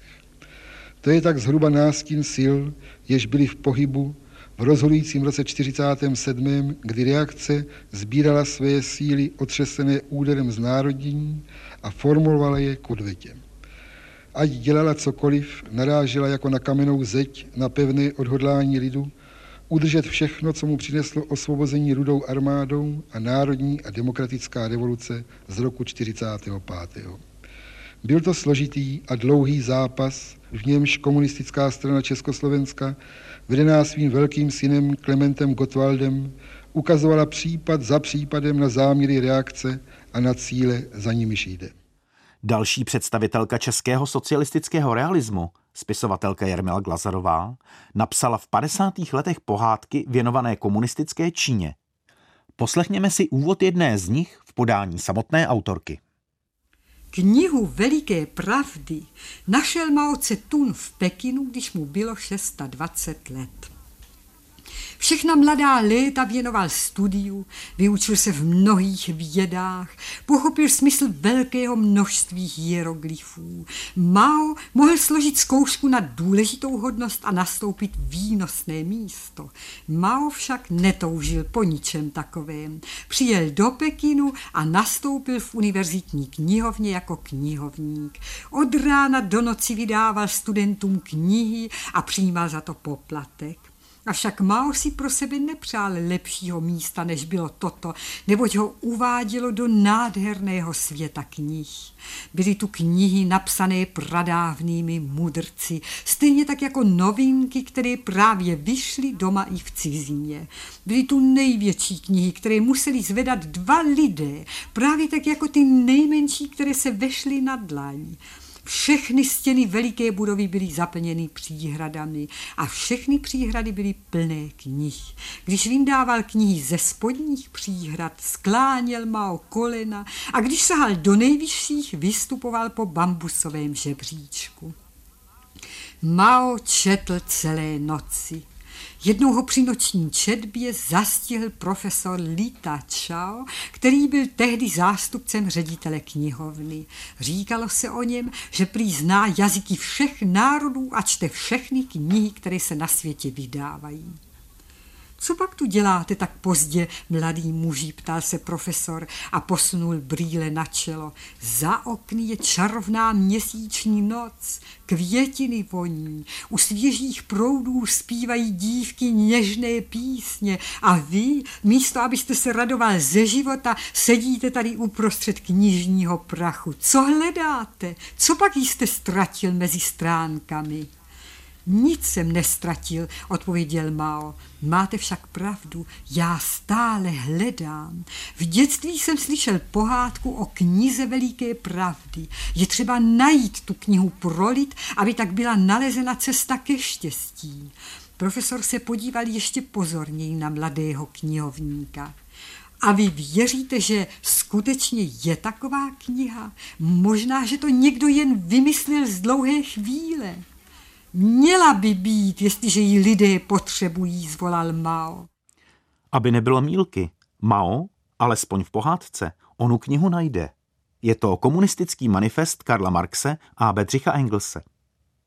To je tak zhruba nástin sil, jež byly v pohybu v rozhodujícím roce čtyřicátém sedmém, kdy reakce sbírala své síly otřesené úderem znárodnění a formulovala je k odvetě. Ať dělala cokoliv, narážela jako na kamennou zeď na pevné odhodlání lidu, udržet všechno, co mu přineslo osvobození Rudou armádou a národní a demokratická revoluce z roku čtyřicátého pátého Byl to složitý a dlouhý zápas, v němž komunistická strana Československa, vedená svým velkým synem Klementem Gottwaldem, ukazovala případ za případem na záměry reakce a na cíle, za nimiž jde. Další představitelka českého socialistického realismu, spisovatelka Jarmila Glazarová, napsala v padesátých letech pohádky věnované komunistické Číně. Poslechněme si úvod jedné z nich v podání samotné autorky. Knihu Veliké pravdy našel Mao Tse-tung v Pekinu, když mu bylo dvacet šest let. Všechna mladá léta věnoval studiu, vyučil se v mnohých vědách, pochopil smysl velkého množství hieroglyfů. Mao mohl složit zkoušku na důležitou hodnost a nastoupit výnosné místo. Mao však netoužil po ničem takovém. Přijel do Pekinu a nastoupil v univerzitní knihovně jako knihovník. Od rána do noci vydával studentům knihy a přijímal za to poplatek. Avšak Mao si pro sebe nepřál lepšího místa, než bylo toto, neboť ho uvádělo do nádherného světa knih. Byly tu knihy napsané pradávnými mudrci, stejně tak jako novinky, které právě vyšly doma i v cizině. Byly tu největší knihy, které museli zvedat dva lidé, právě tak jako ty nejmenší, které se vešly na dlaň. Všechny stěny veliké budovy byly zaplněny příhradami a všechny příhrady byly plné knih. Když vyndával knihy ze spodních příhrad, skláněl Mao kolena a když sahal do nejvyšších, vystupoval po bambusovém žebříčku. Mao četl celé noci. Jednou ho při noční četbě zastihl profesor Li Ta-chao, který byl tehdy zástupcem ředitele knihovny. Říkalo se o něm, že prý zná jazyky všech národů a čte všechny knihy, které se na světě vydávají. Co pak tu děláte tak pozdě, mladý muži, ptal se profesor a posunul brýle na čelo. Za okny je čarovná měsíční noc, květiny voní, u svěžích proudů zpívají dívky něžné písně a vy, místo abyste se radoval ze života, sedíte tady uprostřed knižního prachu. Co hledáte? Co pak jste ztratil mezi stránkami? Nic jsem nestratil, odpověděl Mao. Máte však pravdu, já stále hledám. V dětství jsem slyšel pohádku o knize Veliké pravdy. Je třeba najít tu knihu, prolit, aby tak byla nalezena cesta ke štěstí. Profesor se podíval ještě pozorněji na mladého knihovníka. A vy věříte, že skutečně je taková kniha? Možná, že to někdo jen vymyslel z dlouhé chvíle. Měla by být, jestliže ji lidé potřebují, zvolal Mao. Aby nebylo mýlky, Mao, alespoň v pohádce, onu knihu najde. Je to komunistický manifest Karla Marxe a Bedřicha Engelse.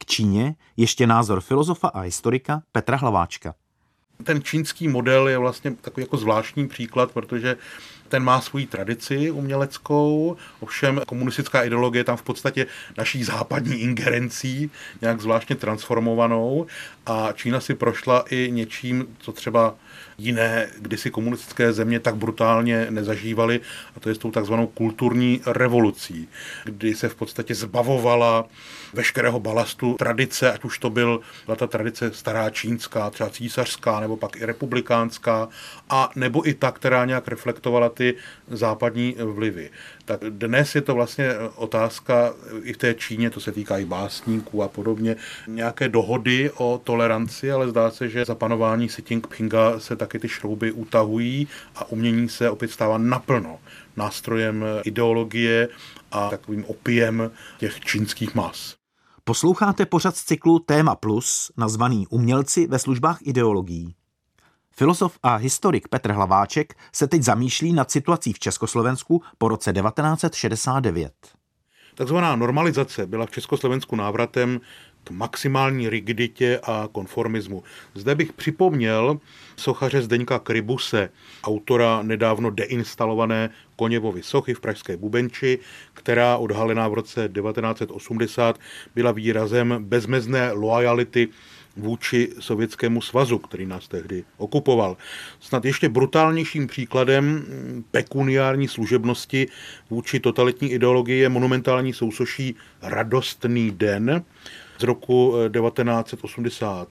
K Číně ještě názor filozofa a historika Petra Hlaváčka. Ten čínský model je vlastně takový jako zvláštní příklad, protože ten má svoji tradici uměleckou, ovšem komunistická ideologie tam v podstatě naší západní ingerencí nějak zvláštně transformovanou a Čína si prošla i něčím, co třeba jiné kdysi komunistické země tak brutálně nezažívaly, a to je s tou takzvanou kulturní revolucí, kdy se v podstatě zbavovala veškerého balastu tradice, ať už to byl, byla ta tradice stará čínská, třeba císařská, nebo pak i republikánská, a nebo i ta, která nějak reflektovala ty západní vlivy. Tak dnes je to vlastně otázka i v té Číně, to se týká i básníků a podobně, nějaké dohody o toleranci, ale zdá se, že za panování Xi Jinpinga se taky ty šrouby utahují a umění se opět stává naplno nástrojem ideologie a takovým opiem těch čínských mas. Posloucháte pořad z cyklu Téma Plus, nazvaný Umělci ve službách ideologií. Filozof a historik Petr Hlaváček se teď zamýšlí nad situací v Československu po roce devatenáct set šedesát devět. Takzvaná normalizace byla v Československu návratem k maximální rigiditě a konformismu. Zde bych připomněl sochaře Zdeňka Krybuse, autora nedávno deinstalované Koněvovy sochy v pražské Bubenči, která odhalená v roce devatenáct set osmdesát byla výrazem bezmezné loajality vůči Sovětskému svazu, který nás tehdy okupoval. Snad ještě brutálnějším příkladem pekuniární služebnosti vůči totalitní ideologii je monumentální sousoší Radostný den z roku devatenáct set osmdesát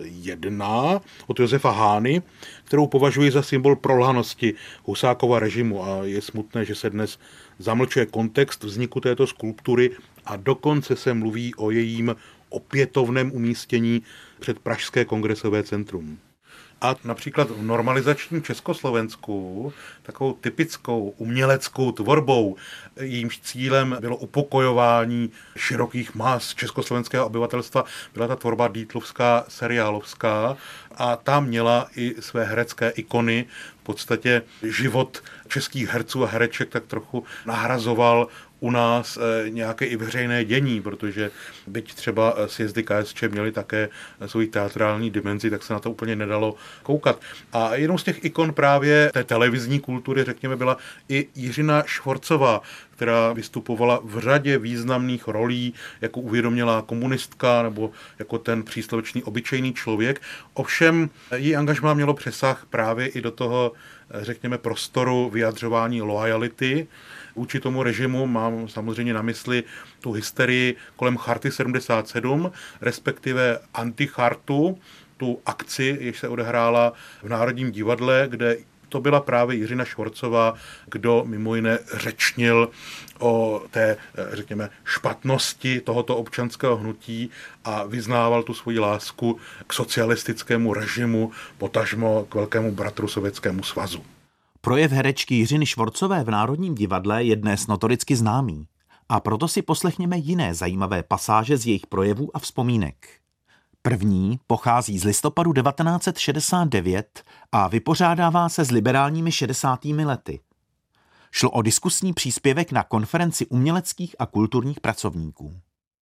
jedna od Josefa Hány, kterou považuji za symbol prolhanosti Husákova režimu, a je smutné, že se dnes zamlčuje kontext vzniku této skulptury a dokonce se mluví o jejím opětovném umístění před Pražské kongresové centrum. A například v normalizačním Československu takovou typickou uměleckou tvorbou, jejímž cílem bylo upokojování širokých mas československého obyvatelstva, byla ta tvorba dietlovská, seriálovská, a ta měla i své herecké ikony. V podstatě život českých herců a hereček tak trochu nahrazoval u nás nějaké i veřejné dění, protože byť třeba sjezdy K S Č měly také svou teatrální dimenzi, tak se na to úplně nedalo koukat. A jednou z těch ikon právě té televizní kultury, řekněme, byla i Jiřina Švorcová, která vystupovala v řadě významných rolí jako uvědomělá komunistka nebo jako ten příslovečný obyčejný člověk. Ovšem její angažmá mělo přesah právě i do toho, řekněme, prostoru vyjadřování loajality vůči tomu režimu. Mám samozřejmě na mysli tu hysterii kolem Charty sedmdesát sedm, respektive antichartu, tu akci, jež se odehrála v Národním divadle, kde to byla právě Jiřina Švorcová, kdo mimo jiné řečnil o té, řekněme, špatnosti tohoto občanského hnutí a vyznával tu svoji lásku k socialistickému režimu, potažmo k velkému bratru Sovětskému svazu. Projev herečky Jiřiny Švorcové v Národním divadle je dnes notoricky známý, a proto si poslechněme jiné zajímavé pasáže z jejich projevů a vzpomínek. První pochází z listopadu devatenáct set šedesát devět a vypořádává se s liberálními šedesátými lety. Šlo o diskusní příspěvek na konferenci uměleckých a kulturních pracovníků.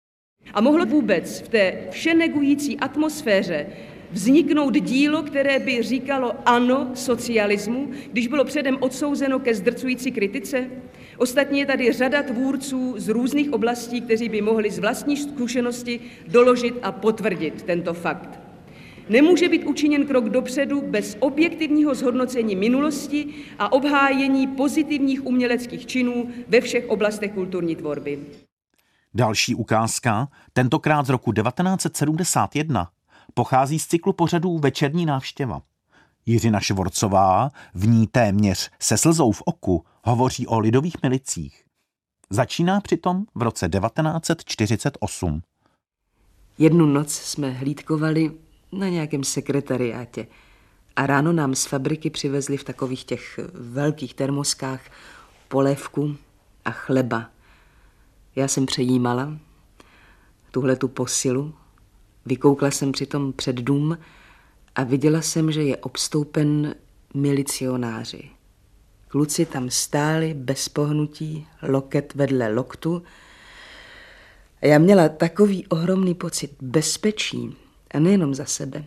A mohlo vůbec v té všenegující atmosféře vzniknout dílo, které by říkalo ano socialismu, když bylo předem odsouzeno ke zdrcující kritice? Ostatně je tady řada tvůrců z různých oblastí, kteří by mohli z vlastní zkušenosti doložit a potvrdit tento fakt. Nemůže být učiněn krok dopředu bez objektivního zhodnocení minulosti a obhájení pozitivních uměleckých činů ve všech oblastech kulturní tvorby. Další ukázka, tentokrát z roku devatenáct set sedmdesát jedna, pochází z cyklu pořadů Večerní návštěva. Jiřina Švorcová v ní téměř se slzou v oku hovoří o lidových milicích. Začíná přitom v roce devatenáct set čtyřicet osm. Jednu noc jsme hlídkovali na nějakém sekretariátě a ráno nám z fabriky přivezli v takových těch velkých termoskách polévku a chleba. Já jsem přejímala tuhle tu posilu, vykoukla jsem přitom před dům a viděla jsem, že je obstoupen milicionáři. Kluci tam stáli bez pohnutí, loket vedle loktu. A já měla takový ohromný pocit bezpečí, a nejenom za sebe.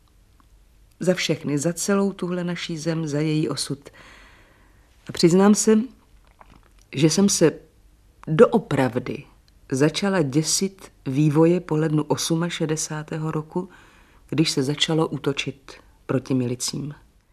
Za všechny, za celou tuhle naší zem, za její osud. A přiznám se, že jsem se doopravdy začala děsit vývoje po lednu šedesátého osmého roku, když se začalo útočit proti milicím.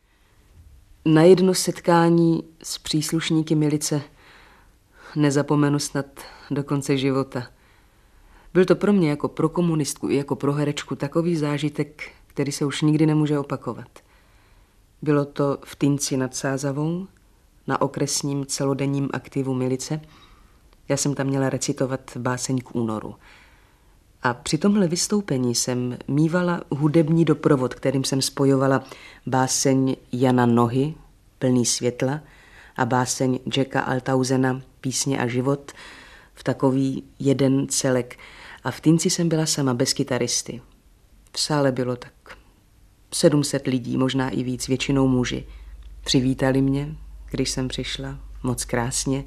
Na jedno setkání s příslušníky milice nezapomenu snad do konce života. Byl to pro mě jako pro komunistku i jako pro herečku takový zážitek, který se už nikdy nemůže opakovat. Bylo to v Týnci nad Sázavou, na okresním celodenním aktivu milice. Já jsem tam měla recitovat báseň k únoru. A při tomhle vystoupení jsem mívala hudební doprovod, kterým jsem spojovala báseň Jana Nohy, Plný světla, a báseň Jacka Altausena, Písně a život, v takový jeden celek. A v Týnci jsem byla sama, bez kytaristy. V sále bylo tak sedm set lidí, možná i víc, většinou muži. Přivítali mě, když jsem přišla, moc krásně.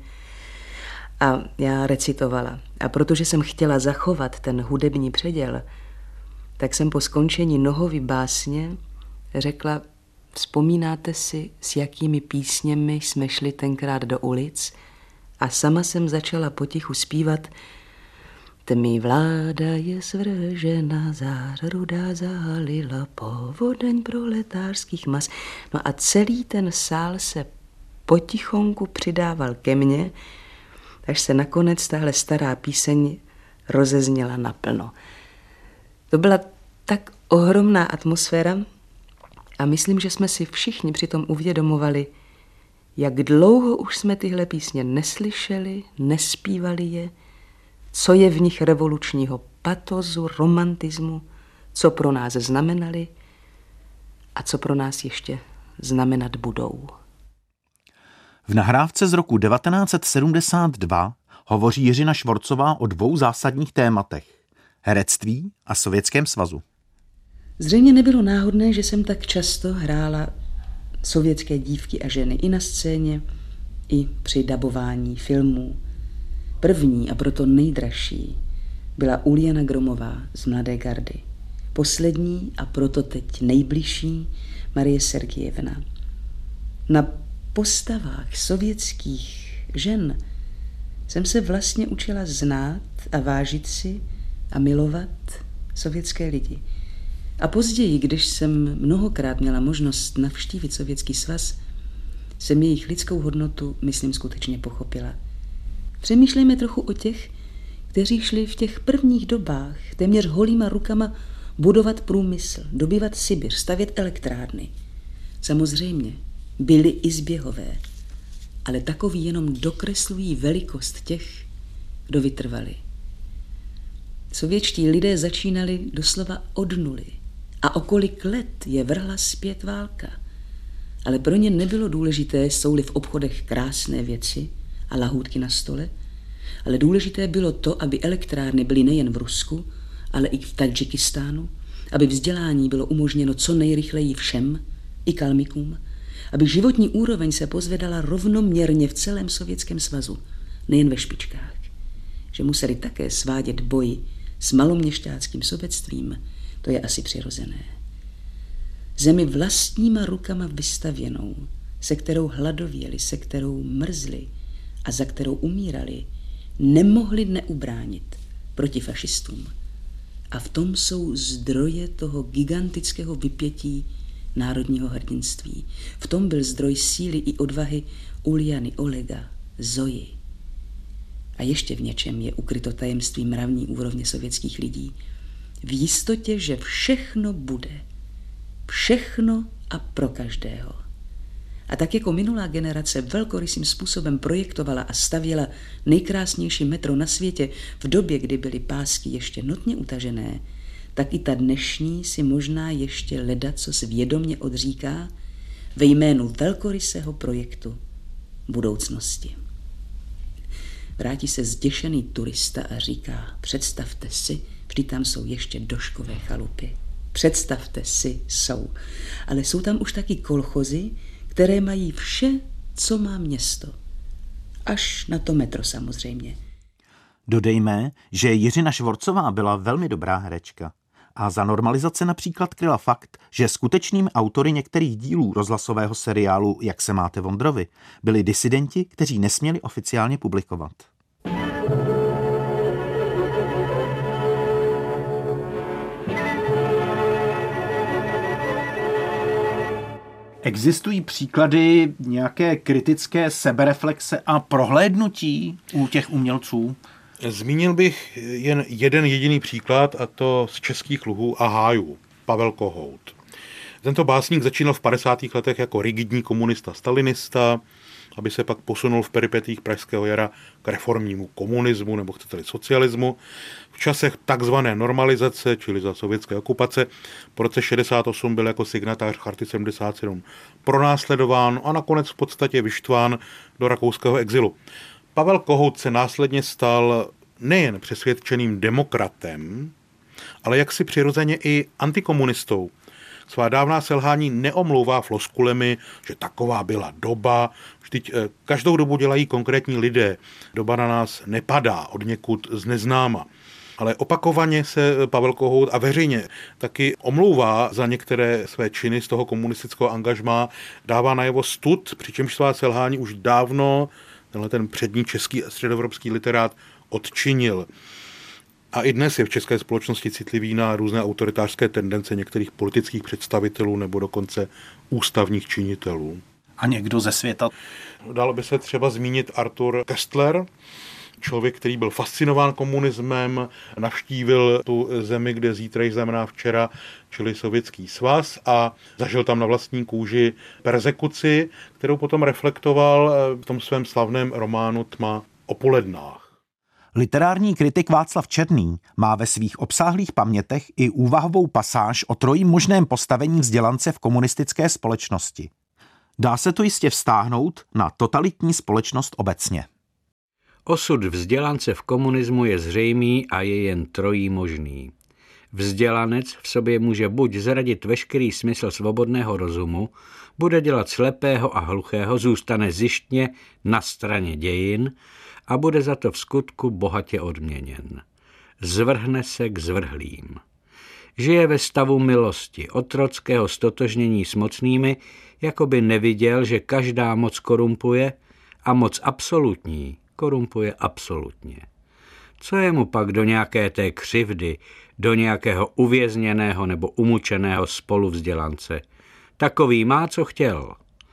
A já recitovala. A protože jsem chtěla zachovat ten hudební předěl, tak jsem po skončení Nohovy básně řekla: vzpomínáte si, s jakými písněmi jsme šli tenkrát do ulic? A sama jsem začala potichu zpívat: tmy vláda je svržena, zář rudá zálila povodeň proletářských mas. No a celý ten sál se potichonku přidával ke mně, až se nakonec tahle stará píseň rozezněla naplno. To byla tak ohromná atmosféra a myslím, že jsme si všichni přitom uvědomovali, jak dlouho už jsme tyhle písně neslyšeli, nespívali je, co je v nich revolučního patozu, romantismu, co pro nás znamenali a co pro nás ještě znamenat budou. V nahrávce z roku devatenáct set sedmdesát dva hovoří Jiřina Švorcová o dvou zásadních tématech: herectví a Sovětském svazu. Zřejmě nebylo náhodné, že jsem tak často hrála sovětské dívky a ženy i na scéně, i při dabování filmů. První a proto nejdražší byla Uliana Gromová z Mladé gardy. Poslední a proto teď nejbližší Marie Sergijevna. Na postavách sovětských žen jsem se vlastně učila znát a vážit si a milovat sovětské lidi. A později, když jsem mnohokrát měla možnost navštívit Sovětský svaz, jsem jejich lidskou hodnotu, myslím, skutečně pochopila. Přemýšlejme trochu o těch, kteří šli v těch prvních dobách téměř holýma rukama budovat průmysl, dobývat Sibiř, stavět elektrárny. Samozřejmě byli i zběhové, ale takový jenom dokreslují velikost těch, kdo vytrvali. Sovětští lidé začínali doslova od nuly a o kolik let je vrhla zpět válka. Ale pro ně nebylo důležité, jsou-li v obchodech krásné věci a lahůdky na stole, ale důležité bylo to, aby elektrárny byly nejen v Rusku, ale i v Tadžikistánu, aby vzdělání bylo umožněno co nejrychleji všem, i kalmikům, aby životní úroveň se pozvedala rovnoměrně v celém Sovětském svazu, nejen ve špičkách, že museli také svádět boj s maloměšťáckým sobectvím, to je asi přirozené. Zemi vlastníma rukama vystavěnou, se kterou hladověli, se kterou mrzli a za kterou umírali, nemohli neubránit proti fašistům. A v tom jsou zdroje toho gigantického vypětí národního hrdinství. V tom byl zdroj síly i odvahy Uliany, Olega, Zoji. A ještě v něčem je ukryto tajemství mravní úrovně sovětských lidí. V jistotě, že všechno bude. Všechno a pro každého. A tak jako minulá generace velkorysým způsobem projektovala a stavěla nejkrásnější metro na světě v době, kdy byly pásky ještě notně utažené, tak i ta dnešní si možná ještě ledacos vědomě odříká ve jménu velkorysého projektu budoucnosti. Vrátí se zděšený turista a říká: představte si, vždyť tam jsou ještě doškové chalupy. Představte si, jsou. Ale jsou tam už taky kolchozy, které mají vše, co má město. Až na to metro samozřejmě. Dodejme, že Jiřina Švorcová byla velmi dobrá herečka a za normalizace například kryla fakt, že skutečnými autory některých dílů rozhlasového seriálu Jak se máte Vondrovi byli disidenti, kteří nesměli oficiálně publikovat. Existují příklady nějaké kritické sebereflexe a prohlédnutí u těch umělců? Zmínil bych jen jeden jediný příklad, a to z Českých luhů a hájů, Pavel Kohout. Tento básník začínal v padesátých letech jako rigidní komunista, stalinista, aby se pak posunul v peripetích pražského jara k reformnímu komunismu, nebo chcete-li socialismu. V časech takzvané normalizace, čili za sovětské okupace, po roce šedesát osm byl jako signatář Charty sedmdesát sedm pronásledován a nakonec v podstatě vyštván do rakouského exilu. Pavel Kohout se následně stal nejen přesvědčeným demokratem, ale jaksi přirozeně i antikomunistou. Svá dávná selhání neomlouvá floskulemi, že taková byla doba. Vždyť každou dobu dělají konkrétní lidé. Doba na nás nepadá od někud z neznáma. Ale opakovaně se Pavel Kohout a veřejně taky omlouvá za některé své činy z toho komunistického angažmá, dává najevo stud, přičemž svá selhání už dávno tenhle ten přední český a středoevropský literát odčinil. A i dnes je v české společnosti citlivý na různé autoritářské tendence některých politických představitelů nebo dokonce ústavních činitelů. A někdo ze světa? Dalo by se třeba zmínit Arthur Koestler, člověk, který byl fascinován komunismem, navštívil tu zemi, kde zítra znamená včera, čili Sovětský svaz, a zažil tam na vlastní kůži perzekuci, kterou potom reflektoval v tom svém slavném románu Tma o polednách. Literární kritik Václav Černý má ve svých obsáhlých pamětech i úvahovou pasáž o trojím možném postavení vzdělance v komunistické společnosti. Dá se to jistě vztáhnout na totalitní společnost obecně. Osud vzdělance v komunismu je zřejmý a je jen trojí možný. Vzdělanec v sobě může buď zradit veškerý smysl svobodného rozumu, bude dělat slepého a hluchého, zůstane zištně na straně dějin a bude za to v skutku bohatě odměněn. Zvrhne se k zvrhlým. Žije ve stavu milosti, otrockého stotožnění s mocnými, jako by neviděl, že každá moc korumpuje a moc absolutní korumpuje absolutně. Co je mu pak do nějaké té křivdy, do nějakého uvězněného nebo umučeného spoluvzdělance? Takový má, co chtěl.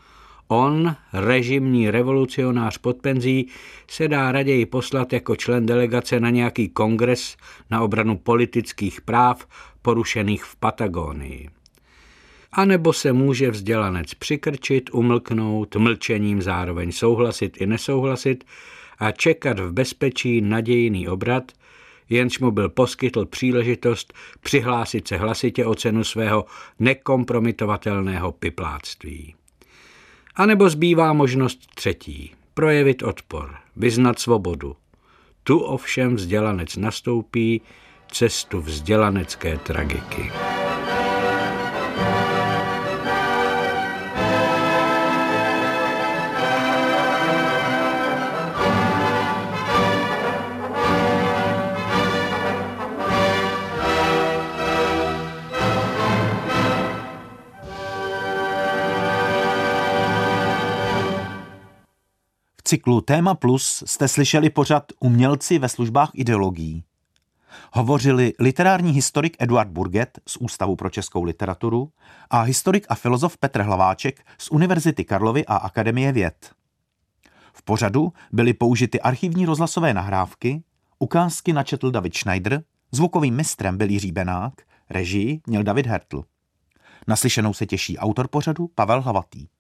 On, režimní revolucionář pod penzí, se dá raději poslat jako člen delegace na nějaký kongres na obranu politických práv porušených v Patagonii. A nebo se může vzdělanec přikrčit, umlknout, mlčením zároveň souhlasit i nesouhlasit a čekat v bezpečí nadějný obrat, jenž mu byl poskytl příležitost přihlásit se hlasitě o cenu svého nekompromitovatelného pipláctví. A nebo zbývá možnost třetí, projevit odpor, vyznat svobodu. Tu ovšem vzdělanec nastoupí cestu vzdělanecké tragiky. V cyklu Téma Plus jste slyšeli pořad Umělci ve službách ideologií. Hovořili literární historik Eduard Burget z Ústavu pro českou literaturu a historik a filozof Petr Hlaváček z Univerzity Karlovy a Akademie věd. V pořadu byly použity archivní rozhlasové nahrávky, ukázky načetl David Schneider, zvukovým mistrem byl Jiří Benák, režii měl David Hertl. Naslyšenou se těší autor pořadu Pavel Hlavatý.